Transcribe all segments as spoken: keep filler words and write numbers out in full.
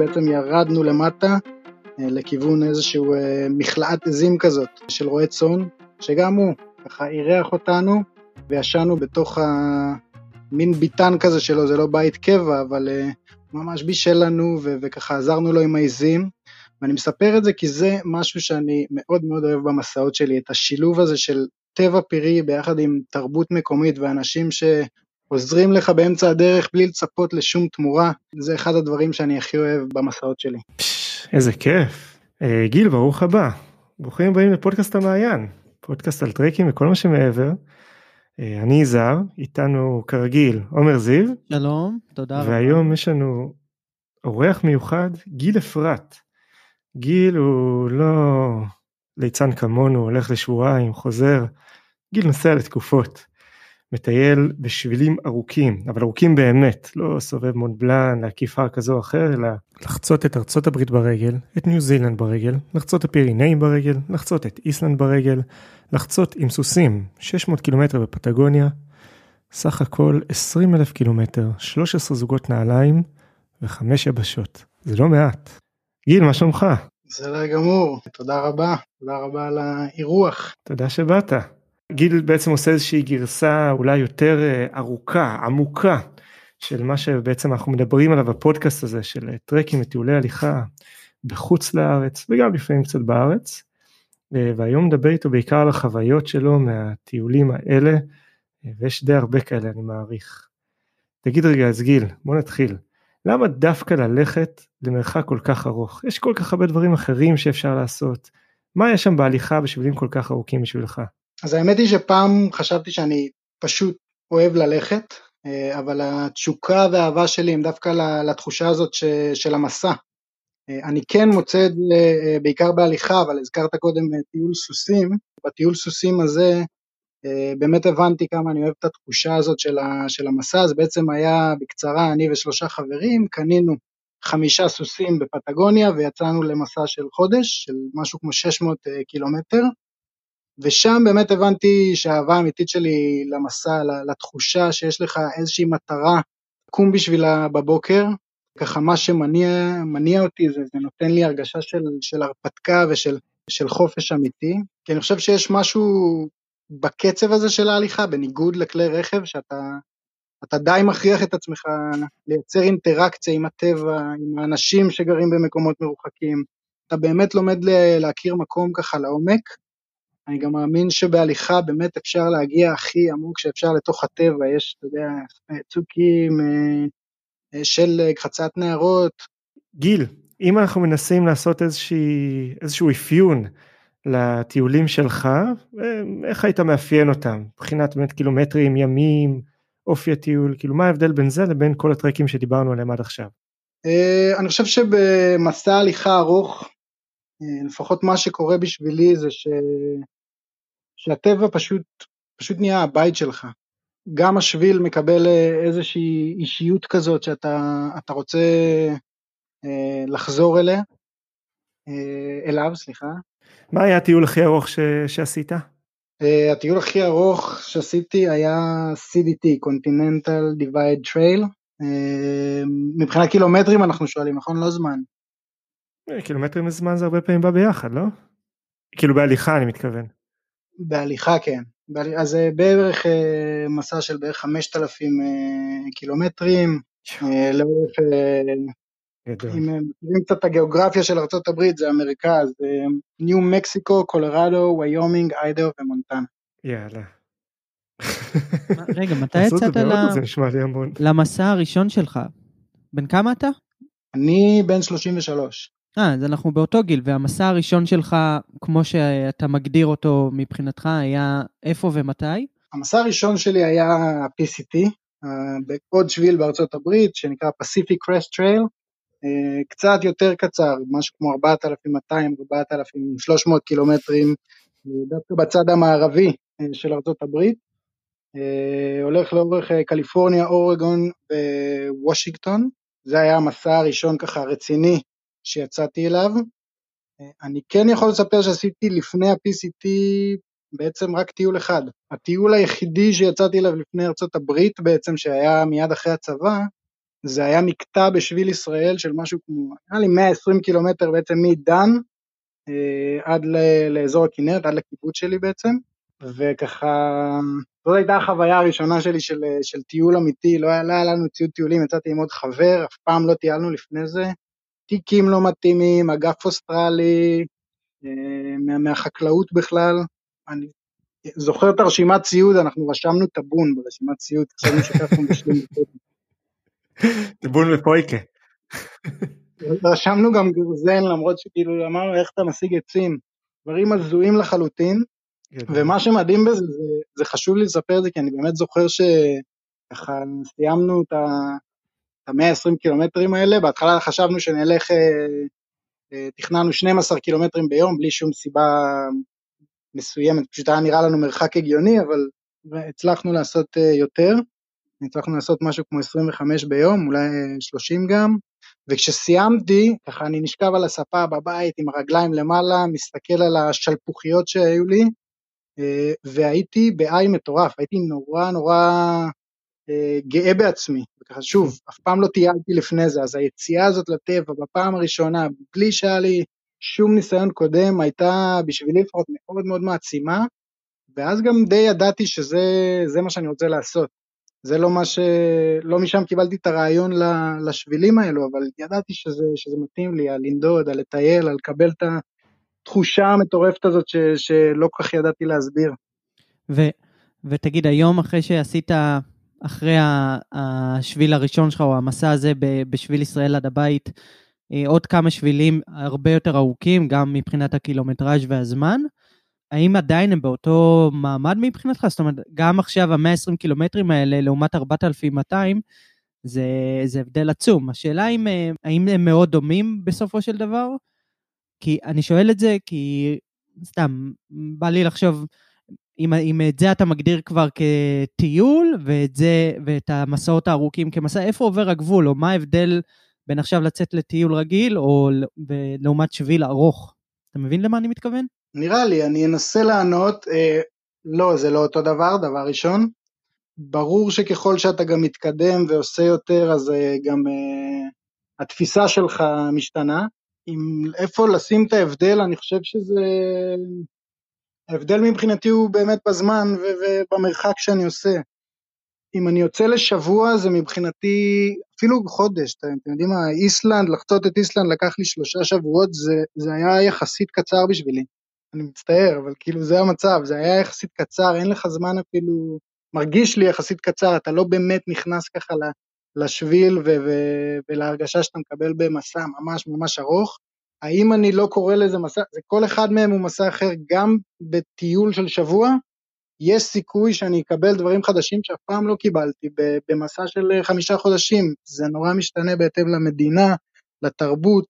בעצם ירדנו למטה לכיוון איזשהו מכלאת עזים כזאת של רועה צאן, שגם הוא ככה אירח אותנו, וישנו בתוך המין ביטן כזה שלו, זה לא בית קבע, אבל ממש בישל לנו, ו- וככה עזרנו לו עם העזים, ואני מספר את זה כי זה משהו שאני מאוד מאוד אוהב במסעות שלי, את השילוב הזה של טבע פירי ביחד עם תרבות מקומית, ואנשים שעוזרים לך באמצע הדרך בלי לצפות לשום תמורה, זה אחד הדברים שאני הכי אוהב במסעות שלי. פש, איזה כיף. אה, גיל, ברוך הבא. ברוכים הבאים לפודקאסט המעיין, פודקאסט על טרקים וכל מה שמעבר. אה, אני זר, איתנו כרגיל עומר זיו. שלום, תודה רבה. והיום יש לנו אורח מיוחד, גיל אפרת. גיל הוא לא ליצן כמונו, הולך לשבועיים, חוזר. גיל נוסע לתקופות, מטייל בשבילים ארוכים, אבל ארוכים באמת, לא סובב מונט בלאן, להקיף הר כזו או אחר, אלא לחצות את ארצות הברית ברגל, את ניו זילנד ברגל, לחצות את פירינאים ברגל, לחצות את איסלנד ברגל, לחצות עם סוסים שש מאות קילומטר בפטגוניה, סך הכל עשרים אלף קילומטר, שלושה עשר זוגות נעליים וחמש יבשות. זה לא מעט. גיל, מה שלומך? בסדר גמור, תודה רבה, תודה רבה על האירוח. תודה שבאת. גיל בעצם עושה איזושהי גרסה אולי יותר ארוכה, עמוקה, של מה שבעצם אנחנו מדברים עליו בפודקאסט הזה, של טרקים וטיולי הליכה בחוץ לארץ, וגם לפעמים קצת בארץ, והיום נדבר איתו בעיקר על החוויות שלו מהטיולים האלה, ויש די הרבה כאלה אני מעריך. תגיד רגע, אז גיל, בוא נתחיל. למה דווקא ללכת למרחק כל כך ארוך? יש כל כך הרבה דברים אחרים שאפשר לעשות. מה יש שם בהליכה בשבילים כל כך ארוכים בשבילך? אז האמת היא שפעם חשבתי שאני פשוט אוהב ללכת, אבל התשוקה והאהבה שלי הם דווקא לתחושה הזאת של המסע. אני כן מוצא את זה בעיקר בהליכה, אבל הזכרת קודם טיול סוסים. בטיול סוסים הזה באמת הבנתי כמה אני אוהב את התחושה הזאת של המסע. אז בעצם היה בקצרה, אני ושלושה חברים, קנינו חמישה סוסים בפטגוניה, ויצאנו למסע של חודש, של משהו כמו שש מאות קילומטר, ושם באמת הבנתי שהאהבה האמיתית שלי למסע, לתחושה שיש לך איזושהי מטרה, קום בשבילה בבוקר, ככה מה שמניע מניע אותי, זה, זה נותן לי הרגשה של, של הרפתקה ושל של חופש אמיתי, כי אני חושב שיש משהו בקצב הזה של ההליכה, בניגוד לכלי רכב, שאתה אתה די מכריח את עצמך לייצר אינטראקציה עם הטבע, עם האנשים שגרים במקומות מרוחקים, אתה באמת לומד להכיר מקום ככה לעומק, אני גם מאמין שבהליכה באמת אפשר להגיע הכי עמוק שאפשר לתוך הטבע, יש, אתה יודע, צוקים של חצת נהרות. גיל, אם אנחנו מנסים לעשות איזושהי, איזשהו אפיון לטיולים שלך, איך היית מאפיין אותם? מבחינת באמת קילומטרים, ימים, אופי הטיול, כאילו מה ההבדל בין זה לבין כל הטרקים שדיברנו עליהם עד עכשיו? אני חושב שבמסע הליכה ארוך, לפחות מה שקורה בשבילי זה ש... שהטבע פשוט, פשוט נהיה הבית שלך. גם השביל מקבל איזושהי אישיות כזאת שאתה אתה רוצה אה, לחזור אליה, אה, אליו, סליחה. מה היה הטיול הכי ארוך ש... שעשית? אה, הטיול הכי ארוך שעשיתי היה סי די טי, Continental Divide Trail. אה, מבחינת קילומטרים אנחנו שואלים, נכון? לא זמן. קילומטרים זמן זה הרבה פעמים בא ביחד, לא? כאילו בהליכה אני מתכוון. בהליכה כן. אז בערך מסע של בערך חמשת אלפים קילומטרים, לאורך, אם מכירים קצת את הגיאוגרפיה של ארצות הברית, זה המרכז, ניו מקסיקו, קולורדו, ויומינג, איידהו ומונטנה. יאללה. רגע, מתי יצאת למסע הראשון שלך? בן כמה אתה? אני בן שלושים ושלוש. אה, אז אנחנו באותו גיל, והמסע הראשון שלך, כמו שאתה מגדיר אותו מבחינתך, היה איפה ומתי? המסע הראשון שלי היה פי סי טי, בעוד שביל בארצות הברית, שנקרא Pacific Crest Trail, קצת יותר קצר, משהו כמו ארבעת אלפים מאתיים, ארבעת אלפים ושלוש מאות קילומטרים, דווקא בצד המערבי של ארצות הברית, הולך לאורך קליפורניה, אורגון ווושינגטון, זה היה המסע הראשון ככה רציני, שיצאתי אליו. אני כן יכול לספר שעשיתי לפני ה-פי סי טי בעצם רק טיול אחד. הטיול היחידי שיצאתי אליו לפני ארצות הברית בעצם, שהיה מיד אחרי הצבא, זה היה מקטע בשביל ישראל של משהו כמו, היה לי מאה ועשרים קילומטר בעצם מדן, עד לאזור הכנרת, עד לקיבוץ שלי בעצם, וככה, זאת הייתה החוויה הראשונה שלי של, של טיול אמיתי, לא היה, לא היה לנו ציוד טיולים, יצאתי עם עוד חבר, אף פעם לא טיילנו לפני זה, תיקים לא מתאימים, אגף אוסטרלי, מה, מהחקלאות בכלל, אני זוכר את הרשימת ציוד, אנחנו רשמנו טבון ברשימת ציוד, חשבנו שככה בשלים בקודם. טבון ופויקה. רשמנו גם גרזן, למרות שכאילו אמרנו איך אתה משיג עצים, דברים הזויים לחלוטין, ומה שמדהים בזה, זה, זה חשוב לי לספר את זה, כי אני באמת זוכר שככה סיימנו את ה-מאה ועשרים קילומטרים האלה, בהתחלה חשבנו שנלך, תכננו שנים עשר קילומטרים ביום, בלי שום סיבה מסוימת, פשוט היה נראה לנו מרחק הגיוני, אבל הצלחנו לעשות יותר, הצלחנו לעשות משהו כמו עשרים וחמש ביום, אולי שלושים גם, וכשסיימתי, ככה אני נשכב על הספה בבית עם הרגליים למעלה, מסתכל על השלפוחיות שהיו לי, והייתי בעי מטורף, הייתי נורא נורא גאה בעצמי, וככה שוב, אף פעם לא טיילתי לפני זה, אז היציאה הזאת לטבע בפעם הראשונה, בלי שהיה לי שום ניסיון קודם, הייתה בשבילי לפחות מאוד מאוד מעצימה, ואז גם די ידעתי שזה מה שאני רוצה לעשות. זה לא מה ש... לא משם קיבלתי את הרעיון לשבילים האלו, אבל ידעתי שזה, שזה מתאים לי, על לנדוד, על לטייל, על לקבל את התחושה המטורפת הזאת ש... שלא כך ידעתי להסביר. ו... ותגיד, היום אחרי שעשית, אחרי השביל הראשון שלך, או המסע הזה בשביל ישראל עד הבית, עוד כמה שבילים הרבה יותר ארוכים, גם מבחינת הקילומטראז' והזמן, האם עדיין הם באותו מעמד מבחינתך? זאת אומרת, גם עכשיו ה-מאה ועשרים קילומטרים האלה, לעומת ארבעת אלפים ומאתיים, זה, זה הבדל עצום. השאלה אם, האם הם מאוד דומים בסופו של דבר? כי אני שואל את זה, כי סתם, בא לי לחשוב, אם, אם את זה אתה מגדיר כבר כטיול, ואת זה, ואת המסעות הארוכים כמסע, איפה עובר הגבול, או מה ההבדל בין עכשיו לצאת לטיול רגיל, או לעומת שביל ארוך? אתה מבין למה אני מתכוון? נראה לי, אני אנסה לענות, אה, לא, זה לא אותו דבר, דבר ראשון, ברור שככל שאתה גם מתקדם ועושה יותר, אז אה, גם אה, התפיסה שלך משתנה, עם איפה לשים את ההבדל, אני חושב שזה, ההבדל מבחינתי הוא באמת בזמן ו- ובמרחק שאני עושה, אם אני יוצא לשבוע זה מבחינתי אפילו חודש, אתם יודעים מה, איסלנד, לחצות את איסלנד לקח לי שלושה שבועות, זה, זה היה יחסית קצר בשבילי, אני מצטער, אבל כאילו זה המצב, זה היה יחסית קצר, אין לך זמן אפילו, מרגיש לי יחסית קצר, אתה לא באמת נכנס ככה לשביל ו- ו- ולהרגשה שאתה מקבל במסע ממש ממש ארוך, האם אני לא קורא לזה מסע, זה כל אחד מהם הוא מסע אחר, גם בטיול של שבוע, יש סיכוי שאני אקבל דברים חדשים שאף פעם לא קיבלתי, במסע של חמישה חודשים, זה נורא משתנה בהתאם למדינה, לתרבות,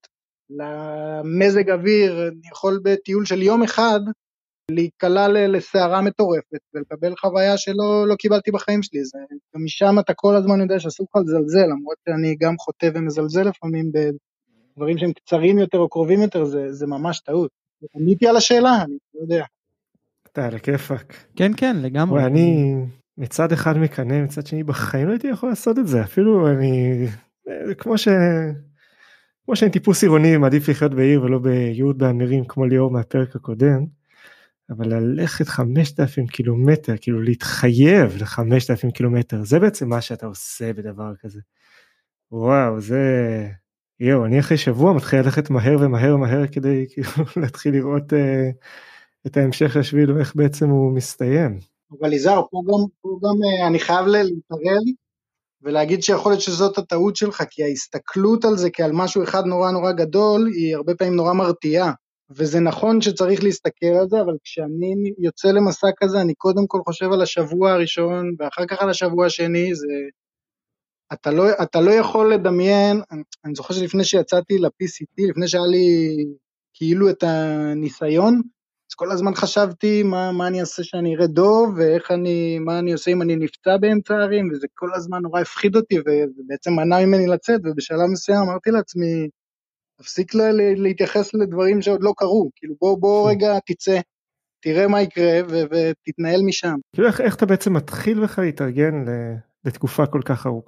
למזג אוויר, אני יכול בטיול של יום אחד, להיקלע לסערה מטורפת, ולקבל חוויה שלא לא קיבלתי בחיים שלי, זה, ומשם אתה כל הזמן יודע שאסור לך לזלזל, למרות שאני גם חוטא ומזלזל לפעמים בדברים שהם קצרים יותר או קרובים יותר, זה, זה ממש טעות. עניתי על השאלה, אני לא יודע. אתה על הכיפק. כן, כן, לגמרי. ואני מצד אחד מקנה, מצד שני בחיים לא הייתי יכול לעשות את זה, אפילו אני, כמו ש... כמו שאני טיפוס עירוני, מעדיף לחיות בעיר ולא ביהוד באמירים, כמו ליאור מהפרק הקודם, אבל ללכת חמשת אלפים קילומטר, כאילו להתחייב לחמשת אלפים קילומטר, זה בעצם מה שאתה עושה בדבר כזה. וואו, זה... יו, אני אחרי שבוע מתחיל ללכת מהר ומהר ומהר, כדי כאילו להתחיל לראות... את ההמשך השביל ואיך בעצם הוא מסתיים. אבל יזהר, פה גם, פה גם אני חייב להתערב ולהגיד שיכול להיות שזאת הטעות שלך, כי ההסתכלות על זה כעל משהו אחד נורא נורא גדול, היא הרבה פעמים נורא מרתיעה, וזה נכון שצריך להסתכל על זה, אבל כשאני יוצא למסע כזה, אני קודם כל חושב על השבוע הראשון, ואחר כך על השבוע השני, זה... אתה לא, אתה לא יכול לדמיין, אני, אני זוכר שלפני שיצאתי ל-פי סי טי, לפני שהיה לי כאילו את הניסיון, אז כל הזמן חשבתי מה, מה אני אעשה שאני אראה דוב, ואיך אני, מה אני עושה אם אני נפצע באמצע הערים, וזה כל הזמן נורא הפחיד אותי, ובעצם מנע ממני לצאת, ובשלב מסוים אמרתי לעצמי, תפסיק לה, להתייחס לדברים שעוד לא קרו, כאילו בוא, בוא רגע תצא, תראה מה יקרה, ו, ותתנהל משם. כאילו איך, איך אתה בעצם מתחיל לך להתארגן לתקופה כל כך ארוכה?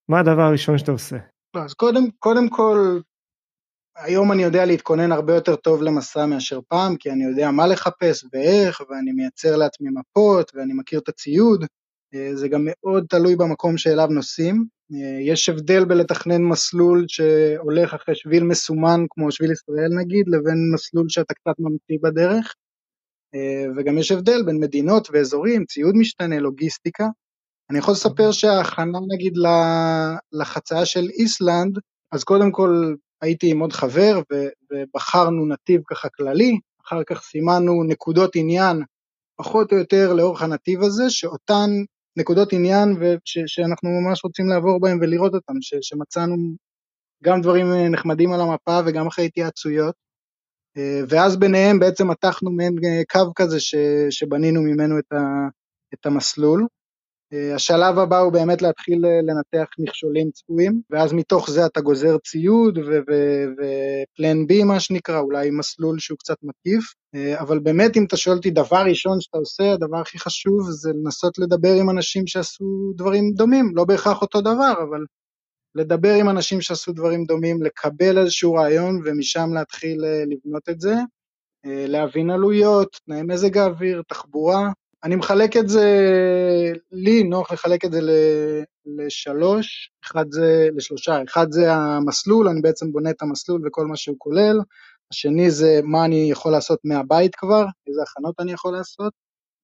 מה הדבר הראשון שאתה עושה? אז קודם, קודם כל, היום אני יודע להתכונן הרבה יותר טוב למסע מאשר פעם, כי אני יודע מה לחפש ואיך, ואני מייצר לעצמי מפות, ואני מכיר את הציוד. זה גם מאוד תלוי במקום שאליו נוסעים. יש הבדל בלתכנן מסלול שהולך אחרי שביל מסומן, כמו שביל ישראל נגיד, לבין מסלול שאתה קצת ממציא בדרך. וגם יש הבדל בין מדינות ואזורים, ציוד משתנה, לוגיסטיקה. אני יכול לספר שההכנה נגיד לחצאה של איסלנד, אז קודם כל הייתי עם עוד חבר ובחרנו נתיב ככה כללי, אחר כך סימנו נקודות עניין פחות או יותר לאורך הנתיב הזה, שאותן נקודות עניין שאנחנו ממש רוצים לעבור בהם ולראות אותם, שמצאנו גם דברים נחמדים על המפה וגם אחרי התייעצויות, ואז ביניהם בעצם מתחנו מעין קו כזה שבנינו ממנו את המסלול. השלב הבא הוא באמת להתחיל לנתח מכשולים צפויים, ואז מתוך זה אתה גוזר ציוד ופלן בי מה שנקרא, אולי מסלול שהוא קצת מקיף, אבל באמת אם אתה שואל אותי דבר ראשון שאתה עושה, הדבר הכי חשוב זה לנסות לדבר עם אנשים שעשו דברים דומים, לא בהכרח אותו דבר, אבל לדבר עם אנשים שעשו דברים דומים, לקבל איזשהו רעיון ומשם להתחיל לבנות את זה, להבין עלויות, תנאי מזג האוויר, תחבורה. אני מחלק את זה, לי נוח לחלק את זה לשלוש, אחד זה לשלושה, אחד זה המסלול, אני בעצם בונה את המסלול וכל מה שהוא כולל, השני זה מה אני יכול לעשות מהבית כבר, איזה הכנות אני יכול לעשות,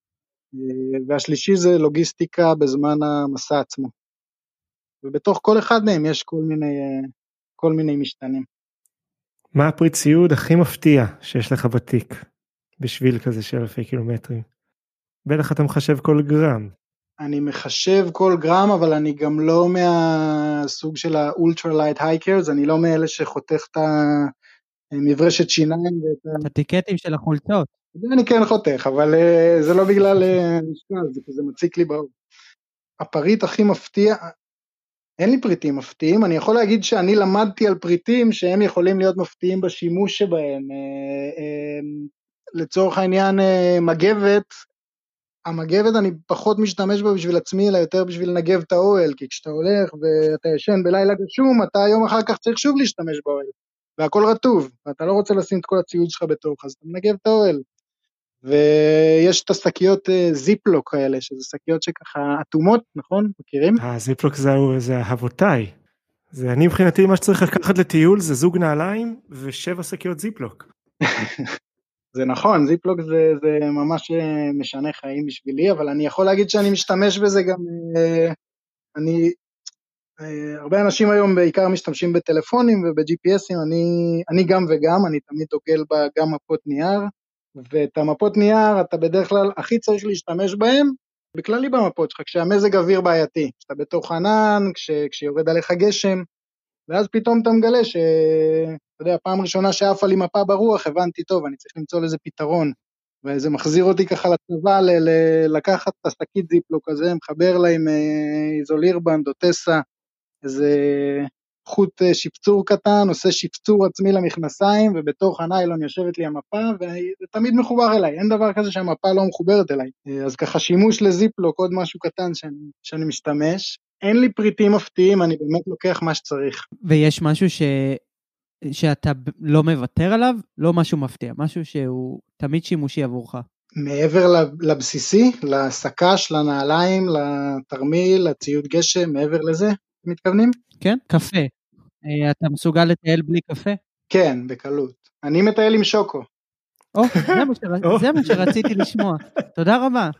והשלישי זה לוגיסטיקה בזמן המסע עצמו, ובתוך כל אחד מהם יש כל מיני, כל מיני משתנים. מה הפריט ציוד הכי מפתיע שיש לך בתיק, בשביל כזה של אלפי קילומטרים? בטח אתה מחשב כל גרם. אני מחשב כל גרם, אבל אני גם לא מהסוג של האולטרה לייט הייקרס, אני לא מאלה שחותך את המברשת שיניים. את הטיקטים של החולצות. זה אני כן חותך, אבל זה לא בגלל משקל, זה כזה מציק לי באור. הפריט הכי מפתיע, אין לי פריטים מפתיעים, אני יכול להגיד שאני למדתי על פריטים שהם יכולים להיות מפתיעים בשימוש שבהם, לצורך העניין מגבת, המגבת אני פחות משתמש בה בשביל עצמי, אלא יותר בשביל לנגב את האוהל, כי כשאתה הולך ואתה ישן בלילה גשום, אתה היום אחר כך צריך שוב להשתמש באוהל, והכל רטוב, ואתה לא רוצה לשים את כל הציוד שלך בתוך, אז אתה מנגב את האוהל, ויש את השקיות זיפלוק כאלה, שזה שקיות שככה אטומות, נכון? מכירים? הזיפלוק זה, זה אהבותיי, זה אני מבחינתי מה שצריך לקחת לטיול, זה זוג נעליים ושבע שקיות זיפלוק. זה נכון, זיפלוק זה, זה ממש משנה חיים בשבילי, אבל אני יכול להגיד שאני משתמש בזה גם, אני, הרבה אנשים היום בעיקר משתמשים בטלפונים וב-ג'י פי אסים, אני, אני גם וגם, אני תמיד דוגל גם מפות נייר, ואת המפות נייר אתה בדרך כלל הכי צריך להשתמש בהם, בכללי במפות שלך, כשהמזג אוויר בעייתי, כשאתה בתוך ענן, כש, כשיורד עליך גשם, ואז פתאום אתה מגלה ש... אתה יודע, פעם ראשונה שאף על עם מפה ברוח, הבנתי טוב, אני צריך למצוא לזה פתרון, וזה מחזיר אותי ככה לצבא, ל- ל- לקחת את השקית זיפלוק הזה, מחבר לה עם איזולירבנד או טסה, איזה חוט שפצור קטן, עושה שפצור עצמי למכנסיים, ובתוך הניילון יושבת לי המפה, וזה תמיד מחובר אליי, אין דבר כזה שהמפה לא מחוברת אליי, אז ככה שימוש לזיפלוק, עוד משהו קטן שאני, שאני משתמש, אין לי פריטים מפתיעים, אני באמת לוקח מה שצריך. ויש משהו ש... שאתה לא מוותר עליו, לא משהו מפתיע, משהו שהוא תמיד שימושי עבורך. מעבר לבסיסי, לסקש, לנעליים, לתרמיל, לציוד גשם, מעבר לזה, מתכוונים? כן, קפה. אתה מסוגל לטייל בלי קפה? כן, בקלות. אני מטייל עם שוקו. או, זה מה, ש... זה מה שרציתי לשמוע. תודה רבה.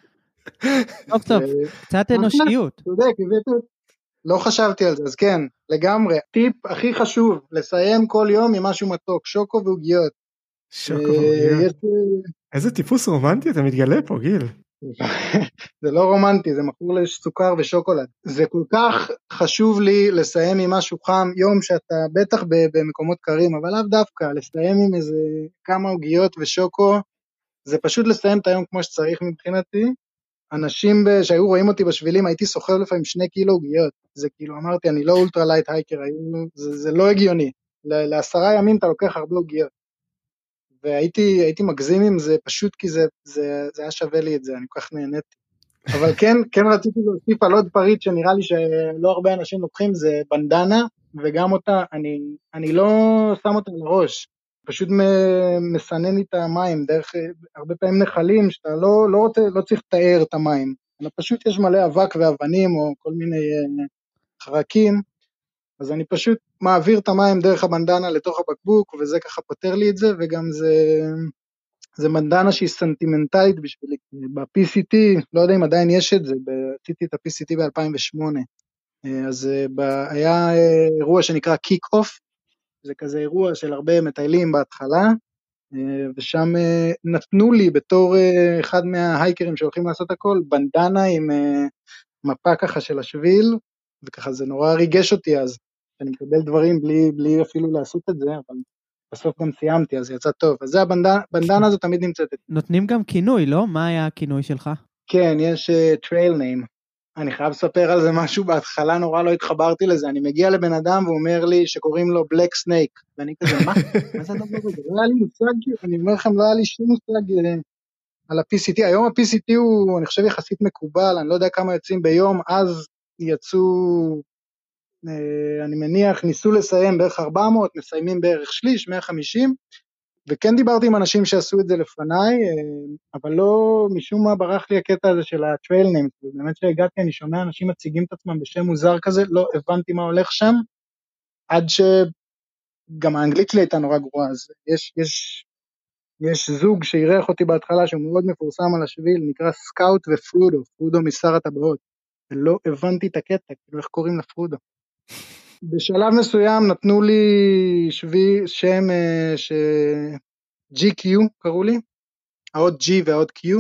טוב טוב, קצת אנושיות. צודק, הבאת. לא חשבתי על זה, אז כן, לגמרי. טיפ הכי חשוב, לסיים כל יום עם משהו מתוק, שוקו ועוגיות. שוקו ועוגיות. איזה טיפוס רומנטי אתה מתגלה פה, גיל. זה לא רומנטי, זה מכור לסוכר ושוקולד. זה כל כך חשוב לי לסיים עם משהו חם, יום שאתה בטח במקומות קרים, אבל לאו דווקא, לסיים עם איזה כמה עוגיות ושוקו, זה פשוט לסיים את היום כמו שצריך מבחינתי. אנשים שהיו רואים אותי בשבילים, הייתי סוחר לפעמים שני קילו עוגיות, זה כאילו אמרתי, אני לא אולטרה לייט הייקר, זה, זה לא הגיוני, לעשרה ימים אתה לוקח הרבה עוגיות, והייתי הייתי מגזים עם זה, פשוט כי זה, זה, זה היה שווה לי את זה, אני כל כך נהניתי. אבל כן, כן רציתי להוסיף על עוד פריט שנראה לי שלא הרבה אנשים לוקחים, זה בנדנה, וגם אותה, אני, אני לא שם אותה לראש, פשוט מסנן לי את המים, דרך הרבה פעמים נחלים, שאתה לא, לא, רוצה, לא צריך לתאר את המים, אלא פשוט יש מלא אבק ואבנים, או כל מיני חרקים, אז אני פשוט מעביר את המים דרך הבנדנה לתוך הבקבוק, וזה ככה פותר לי את זה, וגם זה... זה בנדנה שהיא סנטימנטלית בשבילי, ב-פי סי טי, לא יודע אם עדיין יש את זה, עשיתי את ה-פי סי טי ב-אלפיים ושמונה, אז היה אירוע שנקרא קיק אוף, זה כזה אירוע של הרבה מטיילים בהתחלה, ושם נתנו לי בתור אחד מההייקרים שהולכים לעשות הכל, בנדנה עם מפה ככה של השביל, וככה זה נורא ריגש אותי אז, שאני מקבל דברים בלי, בלי אפילו לעשות את זה, אבל... בסוף גם סיימתי, אז יצא טוב. אז זה הבנדנה הזו תמיד נמצאת. נותנים גם כינוי, לא? מה היה הכינוי שלך? כן, יש טרייל ניימ. אני חייב לספר על זה משהו, בהתחלה נורא לא התחברתי לזה, אני מגיע לבן אדם והוא אומר לי שקוראים לו בלק סנייק, ואני כזה, מה? מה זה הדבר הזה? לא היה לי מושג, אני אומר לכם, לא היה לי שום מושג על ה-פי סי טי. היום ה-פי סי טי הוא, אני חושב, יחסית מקובל, אני לא יודע כמה יוצאים ביום, אז יצאו... אני מניח, ניסו לסיים בערך ארבע מאות, מסיימים בערך שליש, מאה וחמישים, וכן דיברתי עם אנשים שעשו את זה לפניי, אבל לא, משום מה ברח לי הקטע הזה של הטרייל ניימס, ובאמת שהגעתי, אני שומע אנשים מציגים את עצמם בשם מוזר כזה, לא הבנתי מה הולך שם, עד שגם האנגלית שלי הייתה נורא גרועה, אז יש, יש, יש זוג שירח אותי בהתחלה, שהוא מאוד מפורסם על השביל, נקרא סקאוט ופרודו, פרודו משר הטבעות, ולא הבנתי את הקטע, כאילו איך קוראים לפרודו. בשלב מסוים נתנו לי שבי, שם ש... ג'י קיו קראו לי, העוד G והעוד Q,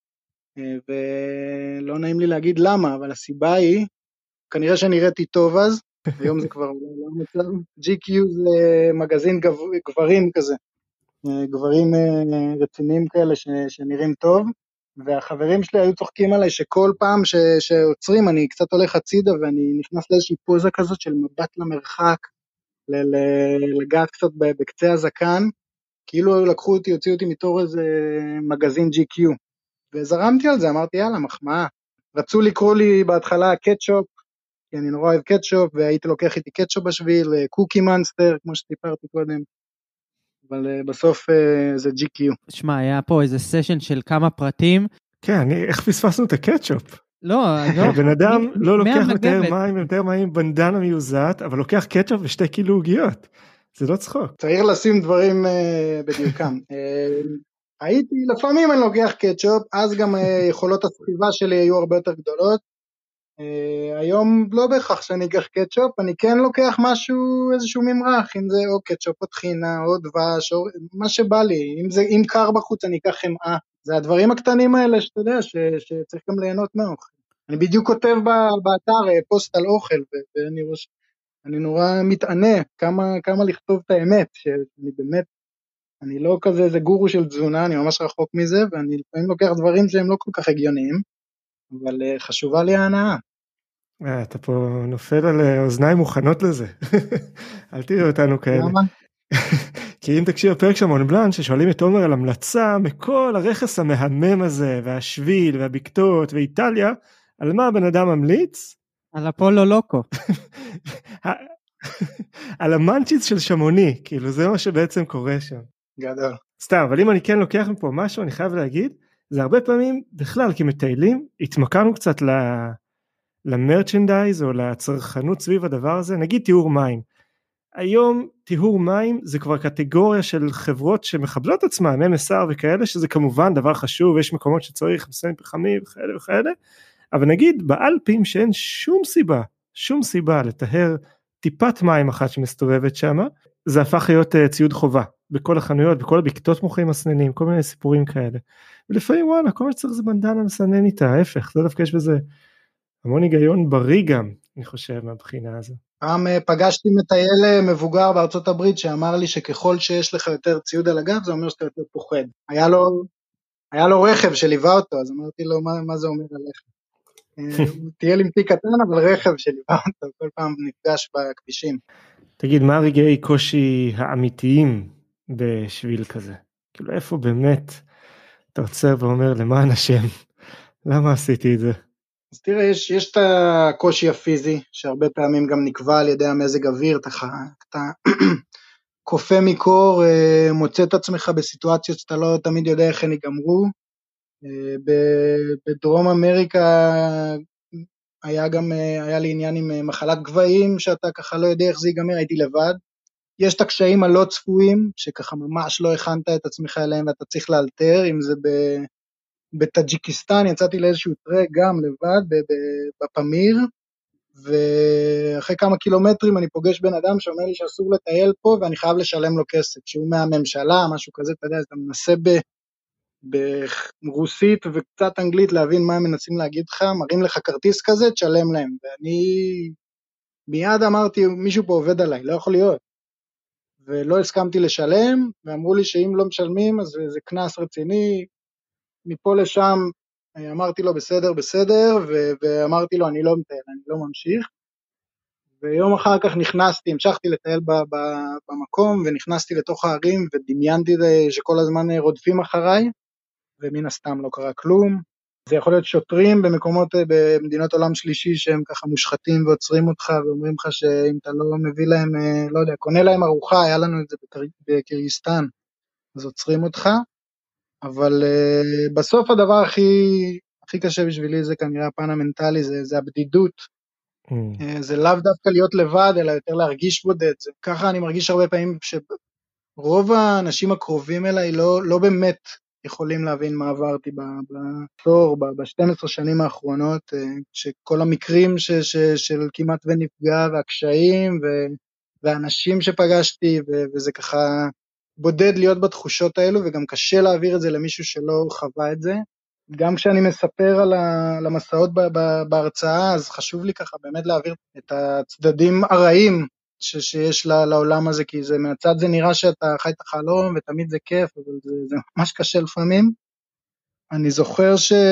ולא נעים לי להגיד למה, אבל הסיבה היא, כנראה שנראיתי טוב אז, היום זה כבר לא מצב, ג'י קיו זה מגזין גברים כזה, גברים רציניים כאלה ש... שנראים טוב, והחברים שלי היו צוחקים עליי שכל פעם ש... שעוצרים אני קצת הולך הצידה ואני נכנס לאיזושהי פוזה כזאת של מבט למרחק, ל... לגעת קצת בקצה הזקן, כאילו לקחו אותי, הוציאו אותי מתור איזה מגזין ג'י קיו, וזרמתי על זה, אמרתי יאללה מחמאה, רצו לקרוא לי בהתחלה קטשופ, כי אני נורא אוהב קטשופ, והייתי לוקח איתי קטשופ בשביל, קוקי מנסטר, כמו שסיפרתי קודם, אבל בסוף זה ג'י קיו. תשמע, היה פה איזה סשן של כמה פרטים. כן, אני, איך פספסנו את הקטשופ? לא, לא. הבן אדם לא לוקח יותר מים, יותר מים בנדנה מיוזעת, אבל לוקח קטשופ ושתי קילו עוגיות. זה לא צחוק. צריך לשים דברים בדיוקם. הייתי, לפעמים אני לוקח קטשופ, אז גם יכולות הסחיבה שלי היו הרבה יותר גדולות, היום לא בהכרח שאני אקח קטשופ, אני כן לוקח משהו, איזשהו ממרח, אם זה או קטשופ או טחינה, או דבש, או מה שבא לי, אם זה, אם קר בחוץ אני אקח חמאה, זה הדברים הקטנים האלה שאתה יודע, ש, שצריך גם ליהנות מאוכל. אני בדיוק כותב באתר פוסט על אוכל, ואני ראש, אני נורא מתענה כמה, כמה לכתוב את האמת, שאני באמת, אני לא כזה איזה גורו של תזונה, אני ממש רחוק מזה, ואני לפעמים לוקח דברים שהם לא כל כך הגיוניים, אבל חשובה לי ההנאה. אתה פה נופל על אוזניים מוכנות לזה, אל תראו אותנו כאלה. למה? כי אם תקשיב בפרק של מון בלאן, ששואלים את עומר על המלצה מכל הרכס המהמם הזה, והשביל והבקתות ואיטליה, על מה הבן אדם ממליץ? על אפולו לוקו. על המנצ'יץ של שמוני, כאילו זה מה שבעצם קורה שם. גדול. סתם, אבל אם אני כן לוקח מפה משהו, אני חייב להגיד, זה הרבה פעמים בכלל, כי מטיילים, התמקרנו קצת ל... למרצ'נדייז או לצרכנות סביב הדבר הזה, נגיד טיהור מים. היום טיהור מים זה כבר קטגוריה של חברות שמחבלות עצמם, אם אס אר וכאלה, שזה כמובן דבר חשוב, יש מקומות שצריך מסיים פחמים וכאלה וכאלה, אבל נגיד באלפים שאין שום סיבה, שום סיבה לטהר טיפת מים אחת שמסתובבת שם, זה הפך להיות ציוד חובה, בכל החנויות, בכל הבקתות מוכרים מסננים, כל מיני סיפורים כאלה, ולפעמים וואלה, כל מה שצריך זה בנדנה מסנן איתה, ההפך, זה דווקא יש בזה המון היגיון בריא גם, אני חושב, מהבחינה הזו. פעם פגשתי מטייל מבוגר בארצות הברית, שאמר לי שככל שיש לך יותר ציוד על הגב, זה אומר שאתה יותר פוחד. היה לו, היה לו רכב שליווה אותו, אז אמרתי לו, מה, מה זה אומר עליך? הוא טייל עם תיק קטן, אבל רכב שליווה אותו, כל פעם נפגש בכבישים. תגיד, מה הרגעי קושי האמיתיים בשביל כזה? כאילו, איפה באמת אתה עוצר ואומר, למען השם, למה עשיתי את זה? אז תראה, יש, יש את הקושי הפיזי, שהרבה פעמים גם נקבע על ידי המזג אוויר, אתה, אתה קופא מקור, מוצא את עצמך בסיטואציות שאתה לא תמיד יודע איך הן ייגמרו. בדרום אמריקה היה גם, היה לי עניין עם מחלת גבהים, שאתה ככה לא יודע איך זה ייגמר, הייתי לבד. יש את הקשיים הלא צפויים, שככה ממש לא הכנת את עצמך אליהם, ואתה צריך לאלתר, אם זה ב... בטאג'יקיסטן, יצאתי לאיזשהו טרק גם לבד, בפמיר, ואחרי כמה קילומטרים אני פוגש בן אדם שאומר לי שאסור לטייל פה, ואני חייב לשלם לו כסף, שהוא מהממשלה, משהו כזה, אתה יודע, אתה מנסה ב... ברוסית וקצת אנגלית להבין מה הם מנסים להגיד לך, מראים לך כרטיס כזה, תשלם להם, ואני מיד אמרתי, מישהו פה עובד עליי, לא יכול להיות, ולא הסכמתי לשלם, ואמרו לי שאם לא משלמים, אז זה כנס רציני, מפה לשם אמרתי לו בסדר, בסדר, ו- ואמרתי לו אני לא מטייל, אני לא ממשיך, ויום אחר כך נכנסתי, המשכתי לטייל ב- ב- במקום, ונכנסתי לתוך הערים, ודמיינתי שכל הזמן רודפים אחריי, ומן הסתם לא קרה כלום. זה יכול להיות שוטרים במקומות, במדינות עולם שלישי, שהם ככה מושחתים ועוצרים אותך, ואומרים לך שאם אתה לא מביא להם, לא יודע, קונה להם ארוחה, היה לנו את זה בקירגיסטן, אז עוצרים אותך, אבל uh, בסוף הדבר הכי, הכי קשה בשבילי זה כנראה הפן המנטלי, זה, זה הבדידות, mm. uh, זה לאו דווקא להיות לבד, אלא יותר להרגיש בודד, זה, ככה אני מרגיש הרבה פעמים שרוב האנשים הקרובים אליי לא, לא באמת יכולים להבין מה עברתי בעשור, ב-שתים עשרה שנים האחרונות, uh, שכל המקרים ש, ש, של כמעט ונפגע, והקשיים, ו, והאנשים שפגשתי, ו, וזה ככה בודד להיות בתחושות האלו, וגם קשה להעביר את זה למישהו שלא חווה את זה. גם כשאני מספר על המסעות בהרצאה, אז חשוב לי ככה באמת להעביר את הצדדים הרעים שיש לעולם הזה, כי זה מהצד זה נראה שאתה חי את החלום, ותמיד זה כיף, אבל זה, זה ממש קשה לפעמים. אני זוכר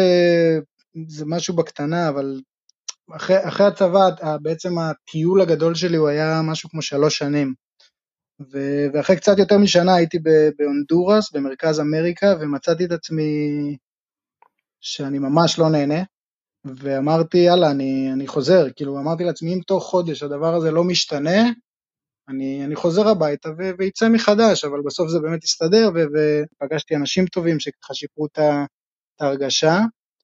שזה משהו בקטנה, אבל אחרי, אחרי הצבא, בעצם הטיול הגדול שלי הוא היה משהו כמו שלוש שנים. ואחרי קצת יותר משנה הייתי בהונדורס, במרכז אמריקה, ומצאתי את עצמי שאני ממש לא נהנה, ואמרתי, יאללה, אני, אני חוזר, כאילו אמרתי לעצמי, אם תוך חודש הדבר הזה לא משתנה, אני, אני חוזר הביתה ו- ויצא מחדש, אבל בסוף זה באמת הסתדר, ו- ופגשתי אנשים טובים שככה שיפרו את ההרגשה,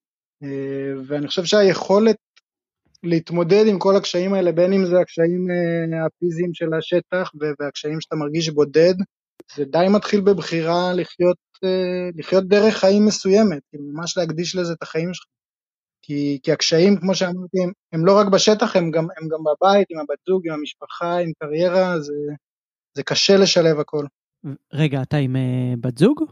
ואני חושב שהיכולת להתמודד עם כל הקשיים האלה, בין אם זה הקשיים הפיזיים של השטח, והקשיים שאתה מרגיש בודד, זה די מתחיל בבחירה לחיות, לחיות דרך חיים מסוימת, ממש להקדיש לזה את החיים שלך. כי, כי הקשיים, כמו שאמרתי, הם, הם לא רק בשטח, הם גם, הם גם בבית, עם הבת זוג, עם המשפחה, עם קריירה, זה, זה קשה לשלב הכל. רגע, אתה עם בת זוג?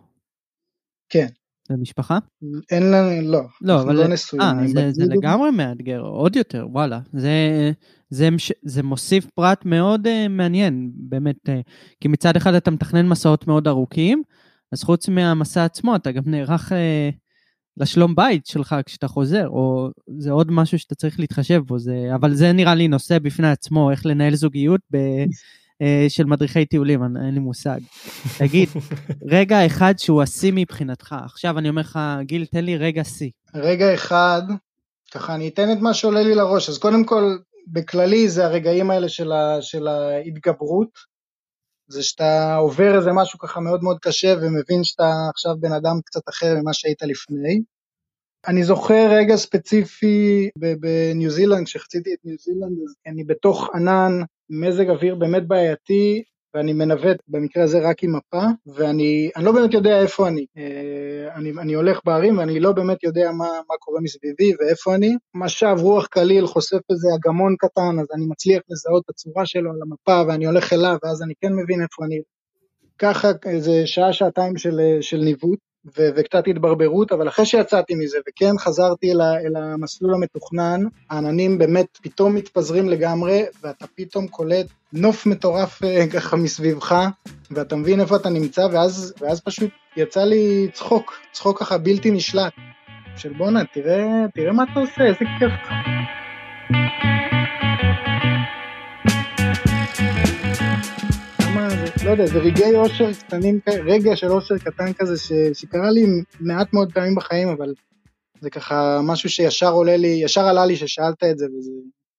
כן. במשפחה? אין לנו, לא. לא, אבל... לא נשואים. אה, זה, זה לגמרי מאתגר, עוד יותר, וואלה. זה, זה, זה מוסיף פרט מאוד uh, מעניין, באמת, uh, כי מצד אחד אתה מתכנן מסעות מאוד ארוכים, אז חוץ מהמסע עצמו, אתה גם נערך uh, לשלום בית שלך כשאתה חוזר, או זה עוד משהו שאתה צריך להתחשב בו, זה, אבל זה נראה לי נושא בפני עצמו, איך לנהל זוגיות ב... של מדריכי טיולים, אין לי מושג. תגיד, רגע אחד שהוא השיא מבחינתך, עכשיו אני אומר לך, גיל, תן לי רגע שיא. רגע אחד, ככה אני אתן את מה שעולה לי לראש, אז קודם כל, בכללי זה הרגעים האלה של, ה, של ההתגברות, זה שאתה עובר איזה משהו ככה מאוד מאוד קשה, ומבין שאתה עכשיו בן אדם קצת אחר ממה שהיית לפני. אני זוכר רגע ספציפי בניו זילנד, כשחציתי את ניו זילנד, אז אני בתוך ענן, מזג אוויר באמת בעייתי, ואני מנווט במקרה הזה רק עם מפה, ואני אני לא באמת יודע איפה אני. אני, אני הולך בערים, ואני לא באמת יודע מה, מה קורה מסביבי ואיפה אני. משב רוח קליל חושף איזה אגמון קטן, אז אני מצליח לזהות את הצורה שלו על המפה, ואני הולך אליו, ואז אני כן מבין איפה אני. ככה איזה שעה, שעתיים של, של ניווט, ו- וקצת התברברות, אבל אחרי שיצאתי מזה, וכן חזרתי אל, אל המסלול המתוכנן, העננים באמת פתאום מתפזרים לגמרי, ואתה פתאום קולט נוף מטורף ככה מסביבך, ואתה מבין איפה אתה נמצא, ואז, ואז פשוט יצא לי צחוק, צחוק ככה בלתי נשלט, של בונה, תראה, תראה מה אתה עושה, איזה כיף לך. לא יודע, זה רגעי אושר קטנים, רגע של אושר קטן כזה ש, שקרה לי מעט מאוד פעמים בחיים, אבל זה ככה משהו שישר עולה לי, ישר עלה לי ששאלת את זה, וזה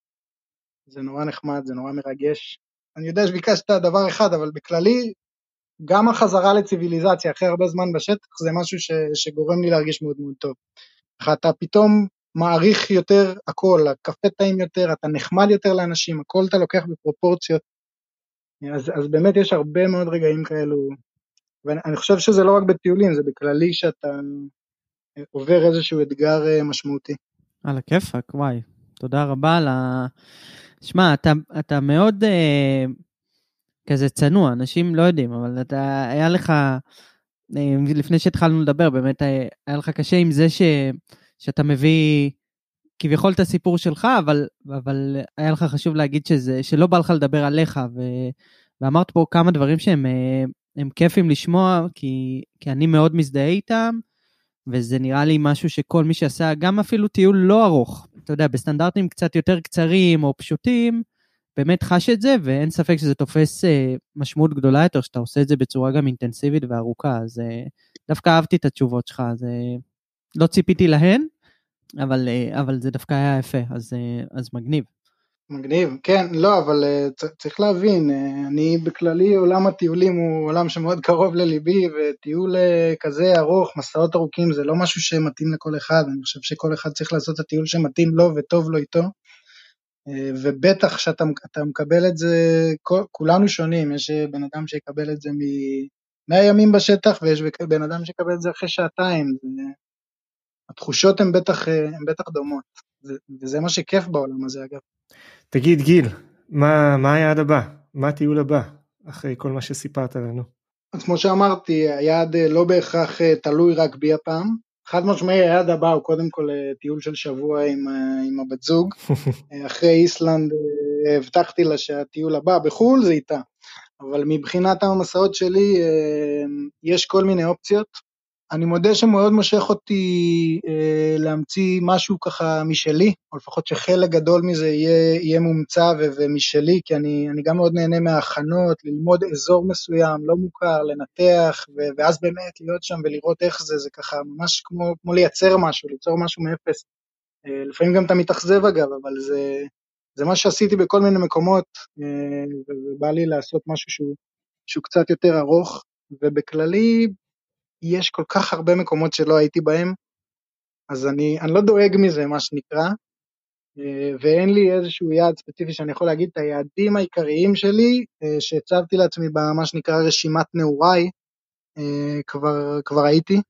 זה נורא נחמד, זה נורא מרגש. אני יודע שביקשת דבר אחד, אבל בכללי, גם החזרה לציביליזציה אחרי הרבה זמן בשטח, זה משהו ש, שגורם לי להרגיש מאוד מאוד טוב. אתה פתאום מעריך יותר הכל, הקפה טעים יותר, אתה נחמד יותר לאנשים, הכל אתה לוקח בפרופורציות, אז, אז באמת יש הרבה מאוד רגעים כאלו, ואני חושב שזה לא רק בטיולים, זה בכללי שאתה עובר איזשהו אתגר משמעותי. על הכיפק, וואי, תודה רבה על ה... שמע, אתה, אתה מאוד אה, כזה צנוע, אנשים לא יודעים, אבל אתה, היה לך, אה, לפני שהתחלנו לדבר, באמת היה, היה לך קשה עם זה ש, שאתה מביא כביכול את הסיפור שלך, אבל, אבל היה לך חשוב להגיד שזה, שלא בא לך לדבר עליך, ו, ואמרת פה כמה דברים שהם הם כיפים לשמוע, כי, כי אני מאוד מזדהה איתם, וזה נראה לי משהו שכל מי שעשה, גם אפילו טיול לא ארוך, אתה יודע, בסטנדרטים קצת יותר קצרים או פשוטים, באמת חש את זה, ואין ספק שזה תופס אה, משמעות גדולה יותר, שאתה עושה את זה בצורה גם אינטנסיבית וארוכה, אז אה, דווקא אהבתי את התשובות שלך, אז אה, לא ציפיתי להן, אבל, אה, אבל זה דווקא היה יפה, אז, אה, אז מגניב. מגניב, כן, לא, אבל uh, צריך להבין, uh, אני בכללי עולם הטיולים הוא עולם שמאוד קרוב לליבי, וטיול uh, כזה ארוך, מסעות ארוכים, זה לא משהו שמתאים לכל אחד, אני חושב שכל אחד צריך לעשות את הטיול שמתאים לו וטוב לו איתו, uh, ובטח שאתה מקבל את זה, כולנו שונים, יש בן אדם שיקבל את זה מ-מאה ימים בשטח, ויש בן אדם שיקבל את זה אחרי שעתיים, התחושות הן בטח, הן בטח דומות, וזה מה שכיף בעולם הזה אגב. תגיד גיל, מה, מה היעד הבא? מה הטיול הבא, אחרי כל מה שסיפרת לנו? אז כמו שאמרתי, היעד לא בהכרח תלוי רק בי הפעם, חד משמעי היעד הבא הוא קודם כל טיול של שבוע עם, עם הבת זוג, אחרי איסלנד הבטחתי לה שהטיול הבא בחול זה איתה, אבל מבחינת המסעות שלי יש כל מיני אופציות, אני מודה שמאוד מושך אותי אה, להמציא משהו ככה משלי, או לפחות שחלק גדול מזה יהיה, יהיה מומצא ו- ומשלי, כי אני, אני גם מאוד נהנה מההכנות, ללמוד אזור מסוים, לא מוכר, לנתח, ו- ואז באמת להיות שם ולראות איך זה, זה ככה ממש כמו, כמו לייצר משהו, ליצור משהו מאפס. אה, לפעמים גם אתה מתאכזב אגב, אבל זה, זה מה שעשיתי בכל מיני מקומות, אה, ובא לי לעשות משהו שהוא, שהוא קצת יותר ארוך, ובכללי, יש כל כך הרבה מקומות שלא הייתי בהם, אז אני, אני לא דואג מזה, מה שנקרא, ואין לי איזשהו יעד ספציפי שאני יכול להגיד את היעדים העיקריים שלי, שהצבתי לעצמי במה שנקרא רשימת נעוריי, כבר, כבר הייתי,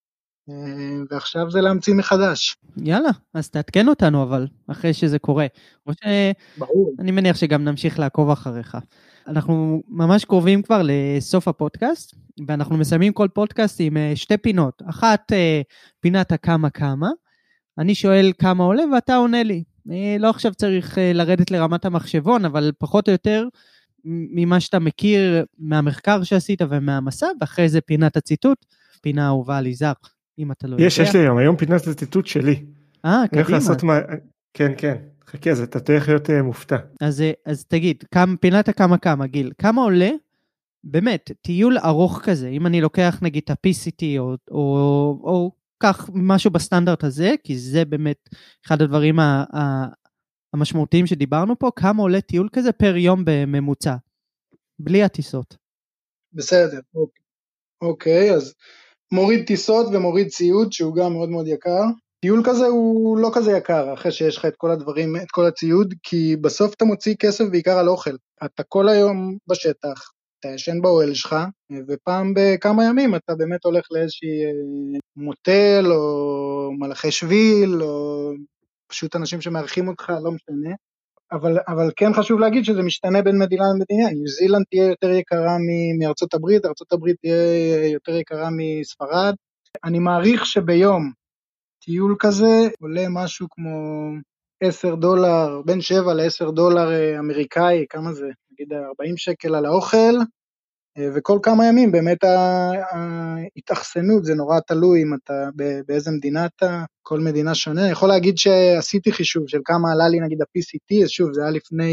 ועכשיו זה להמציא מחדש. יאללה, אז תעדכן אותנו אבל, אחרי שזה קורה. או ש... ברור. אני מניח שגם נמשיך לעקוב אחריך. אנחנו ממש קרובים כבר לסוף הפודקאסט, ואנחנו מסיימים כל פודקאסט עם שתי פינות. אחת, פינת הכמה כמה, אני שואל כמה עולה ואתה עונה לי. לא עכשיו צריך לרדת לרמת המחשבון, אבל פחות או יותר ממה שאתה מכיר מהמחקר שעשית ומהמסע, ואחרי זה פינת הציטוט, פינה אהובה על יזהר, אם אתה לא יודע. יש, יש לי היום, היום פינת הציטוט שלי. אה, קדימה. מה... כן, כן. חכה, אז אתה תלך להיות מופתע. אז, אז תגיד, כמה, פינת הכמה כמה, גיל, כמה עולה, באמת, טיול ארוך כזה, אם אני לוקח נגיד את ה-פי סי טי, או, או, או כך משהו בסטנדרט הזה, כי זה באמת אחד הדברים ה, ה, המשמעותיים שדיברנו פה, כמה עולה טיול כזה פר יום בממוצע, בלי הטיסות. בסדר, אוקיי. אוקיי, אז מוריד טיסות ומוריד ציוד, שהוא גם מאוד מאוד יקר. טיול כזה הוא לא כזה יקר, אחרי שיש לך את כל הדברים, את כל הציוד, כי בסוף אתה מוציא כסף בעיקר על אוכל. אתה כל היום בשטח, אתה ישן באוהל שלך, ופעם בכמה ימים אתה באמת הולך לאיזושהי מוטל, או מלאכי שביל, או פשוט אנשים שמארחים אותך, לא משנה. אבל, אבל כן חשוב להגיד שזה משתנה בין מדינה למדינה, ניו זילנד תהיה יותר יקרה מארצות הברית, ארצות הברית תהיה יותר יקרה מספרד. אני מעריך שביום טיול כזה עולה משהו כמו עשר דולר, בין שבע לעשר דולר אמריקאי, כמה זה? נגיד ארבעים שקל על האוכל, וכל כמה ימים באמת ההתאכסנות, זה נורא תלוי אם אתה באיזה מדינה אתה, כל מדינה שונה. אני יכול להגיד שעשיתי חישוב של כמה עלה לי נגיד ה-פי סי טי, אז שוב זה היה לפני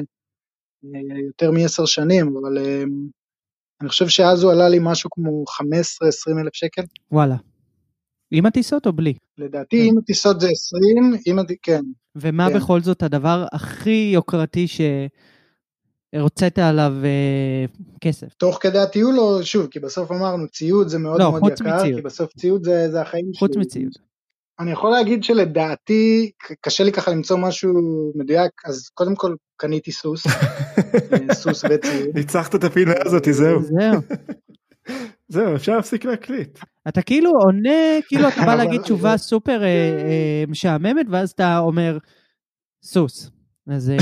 יותר מ-עשר שנים, אבל אני חושב שאז הוא עלה לי משהו כמו חמש עשרה עשרים אלף שקל. וואלה. עם הטיסות או בלי? לדעתי, אם הטיסות זה עשרים, אם הטיסות, כן. ומה כן. בכל זאת הדבר הכי יוקרתי שהוצאת עליו אה, כסף? תוך כדי הטיול או שוב, כי בסוף אמרנו, ציוד זה מאוד לא, מאוד חוץ יקר, מציוד. כי בסוף ציוד זה, זה החיים חוץ שלי. מציוד. אני יכול להגיד שלדעתי, קשה לי ככה למצוא משהו מדויק, אז קודם כל קניתי סוס, סוס וציוד. ניצחת את הפינה הזאת, זהו. זהו. זהו, אפשר להפסיק להקליט. אתה כאילו עונה, כאילו אתה בא להגיד תשובה סופר משעממת, ואז אתה אומר, סוס. אז...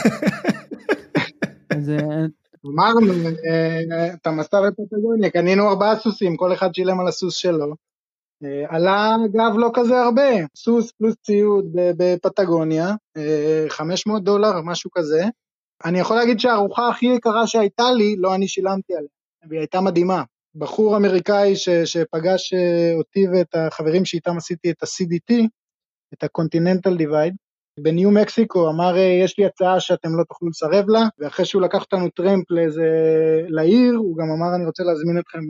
אמרנו, את המסע בפטגוניה, קנינו ארבעה סוסים, כל אחד שילם על הסוס שלו. עלה אגב לא כזה הרבה, סוס פלוס ציוד בפטגוניה, חמש מאות דולר, משהו כזה. אני יכול להגיד שהארוחה הכי יקרה שהייתה לי, לא אני שילמתי עליה, והיא הייתה מדהימה. בחור אמריקאי ש, שפגש אותי ואת החברים שאיתם עשיתי את ה-סי די טי, את ה-Continental Divide, בניו מקסיקו, אמר יש לי הצעה שאתם לא תוכלו לסרב לה, ואחרי שהוא לקח אותנו טרמפ לאיזה, לעיר, הוא גם אמר אני רוצה להזמין אתכם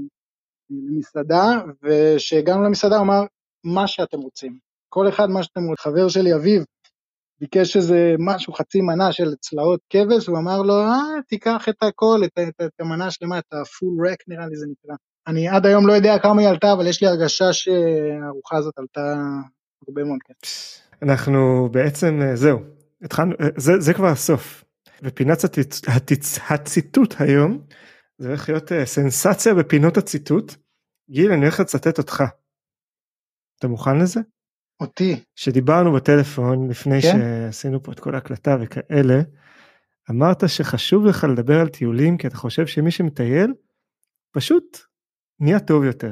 למסעדה, ושהגענו למסעדה הוא אמר מה שאתם רוצים, כל אחד מה שאתם רוצים. חבר שלי אביב, ביקש איזה משהו חצי מנה של צלעות כבש, הוא אמר לו, אה, תיקח את הכל, את, את, את המנה שלמה, את הפול רק נראה לי זה נקרא. אני עד היום לא יודע כמה היא עלתה, אבל יש לי הרגשה שהארוחה הזאת עלתה הרבה מאוד כסף. אנחנו בעצם, זהו, התחלנו, זה, זה כבר הסוף. ופינת הציט, הציט, הציטוט היום, זה הולך להיות סנסציה בפינות הציטוט. גיל, אני הולך לצטט אותך. אתה מוכן לזה? אותי. שדיברנו בטלפון לפני כן? שעשינו פה את כל ההקלטה וכאלה, אמרת שחשוב לך לדבר על טיולים, כי אתה חושב שמי שמטייל, פשוט נהיה טוב יותר.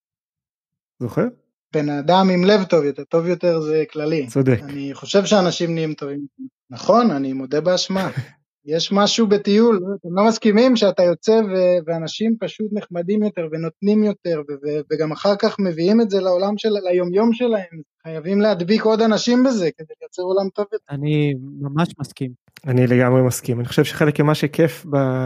זוכר? בן אדם עם לב טוב יותר, טוב יותר זה כללי. צודק. אני חושב שאנשים נהיים טובים. נכון, אני מודה באשמה. יש משהו בטיול, אתם לא מסכימים שאתה יוצא ו- ואנשים פשוט נחמדים יותר ונותנים יותר, ו- ו- וגם אחר כך מביאים את זה לעולם של, ליומיום שלהם, חייבים להדביק עוד אנשים בזה, כדי לייצר עולם טוב יותר. אני ממש מסכים. אני לגמרי מסכים, אני חושב שחלק ממה שכיף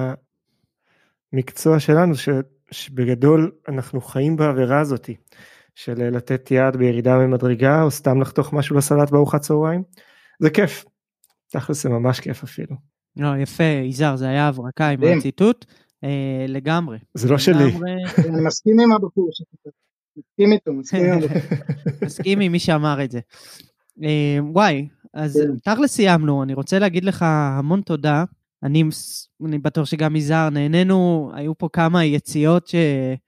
במקצוע שלנו, ש- שבגדול אנחנו חיים בעבירה הזאת, של לתת יד בירידה ממדרגה, או סתם לחתוך משהו לסלט בארוחת צהריים, זה כיף, תכלס זה ממש כיף אפילו. לא, יפה, יזהר, זה היה הברקה עם הציטוט, אה, לגמרי. זה לא שלי. אני מסכים עם הבחור שציטט. מסכים איתו, מסכים עם הבחור. מסכים עם מי שאמר את זה. אה, וואי, אז תכלס סיימנו, אני רוצה להגיד לך המון תודה, אני, אני בטוח שגם יזהר, נהנינו, היו פה כמה יציאות ש,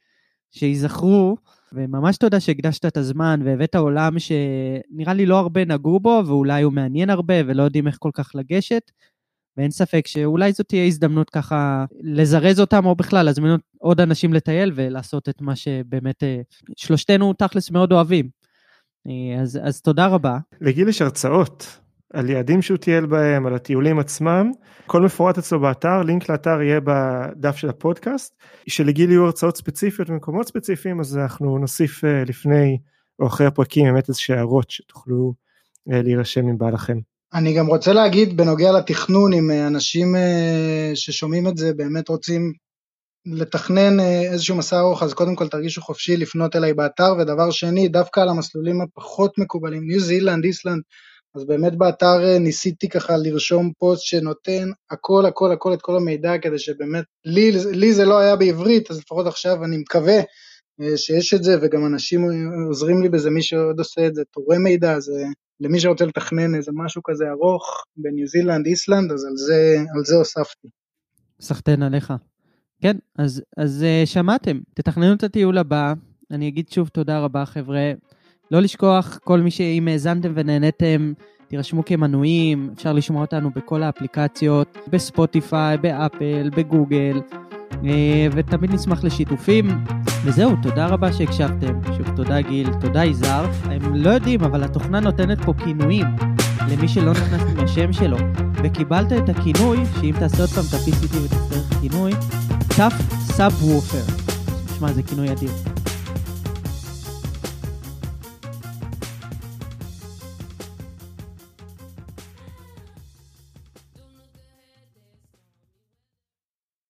שיזכרו, וממש תודה שהקדשת את הזמן, והבאת עולם שנראה לי לא הרבה נגעו בו, ואולי הוא מעניין הרבה, ולא יודעים איך כל כך לגשת, ואין ספק שאולי זאת תהיה הזדמנות ככה לזרז אותם, או בכלל להזמין עוד אנשים לטייל, ולעשות את מה שבאמת שלושתנו תכלס מאוד אוהבים. אז, אז תודה רבה. לגיל יש הרצאות על יעדים שהוא טייל בהם, על הטיולים עצמם, כל מפורט אצלו באתר, לינק לאתר יהיה בדף של הפודקאסט, שלגיל יהיו הרצאות ספציפיות ומקומות ספציפיים, אז אנחנו נוסיף לפני או אחרי הפרקים, באמת איזה הערות שתוכלו להירשם אם בא לכם. אני גם רוצה להגיד בנוגע לתכנון, אם אנשים ששומעים את זה באמת רוצים לתכנן איזשהו מסע ארוך, אז קודם כל תרגישו חופשי לפנות אליי באתר, ודבר שני, דווקא על המסלולים הפחות מקובלים, ניו זילנד, איסלנד, אז באמת באתר ניסיתי ככה לרשום פוסט שנותן הכל, הכל, הכל, את כל המידע, כדי שבאמת, לי, לי זה לא היה בעברית, אז לפחות עכשיו אני מקווה שיש את זה, וגם אנשים עוזרים לי בזה, מי שעוד עושה את זה, תורם מידע, אז למי שרוצה לתכנן איזה משהו כזה ארוך, בניו זילנד, איסלנד, אז על זה, על זה הוספתי. סחטן עליך. כן, אז, אז שמעתם, תתכננו את הטיול הבא, אני אגיד שוב תודה רבה חבר'ה, לא לשכוח, כל מי שאם האזנתם ונהנתם, תירשמו כמנויים, אפשר לשמוע אותנו בכל האפליקציות, בספוטיפיי, באפל, בגוגל, ותמיד נשמח לשיתופים, וזהו, תודה רבה שהקשבתם, שוב תודה גיל, תודה יזהר, הם לא יודעים, אבל התוכנה נותנת פה כינויים, למי שלא נכנס עם השם שלו, וקיבלת את הכינוי, שאם תעשה עוד פעם את ה-פי סי טי ותצטרך כינוי, טאפ סאב וופר, תשמע, זה כינוי אדיר.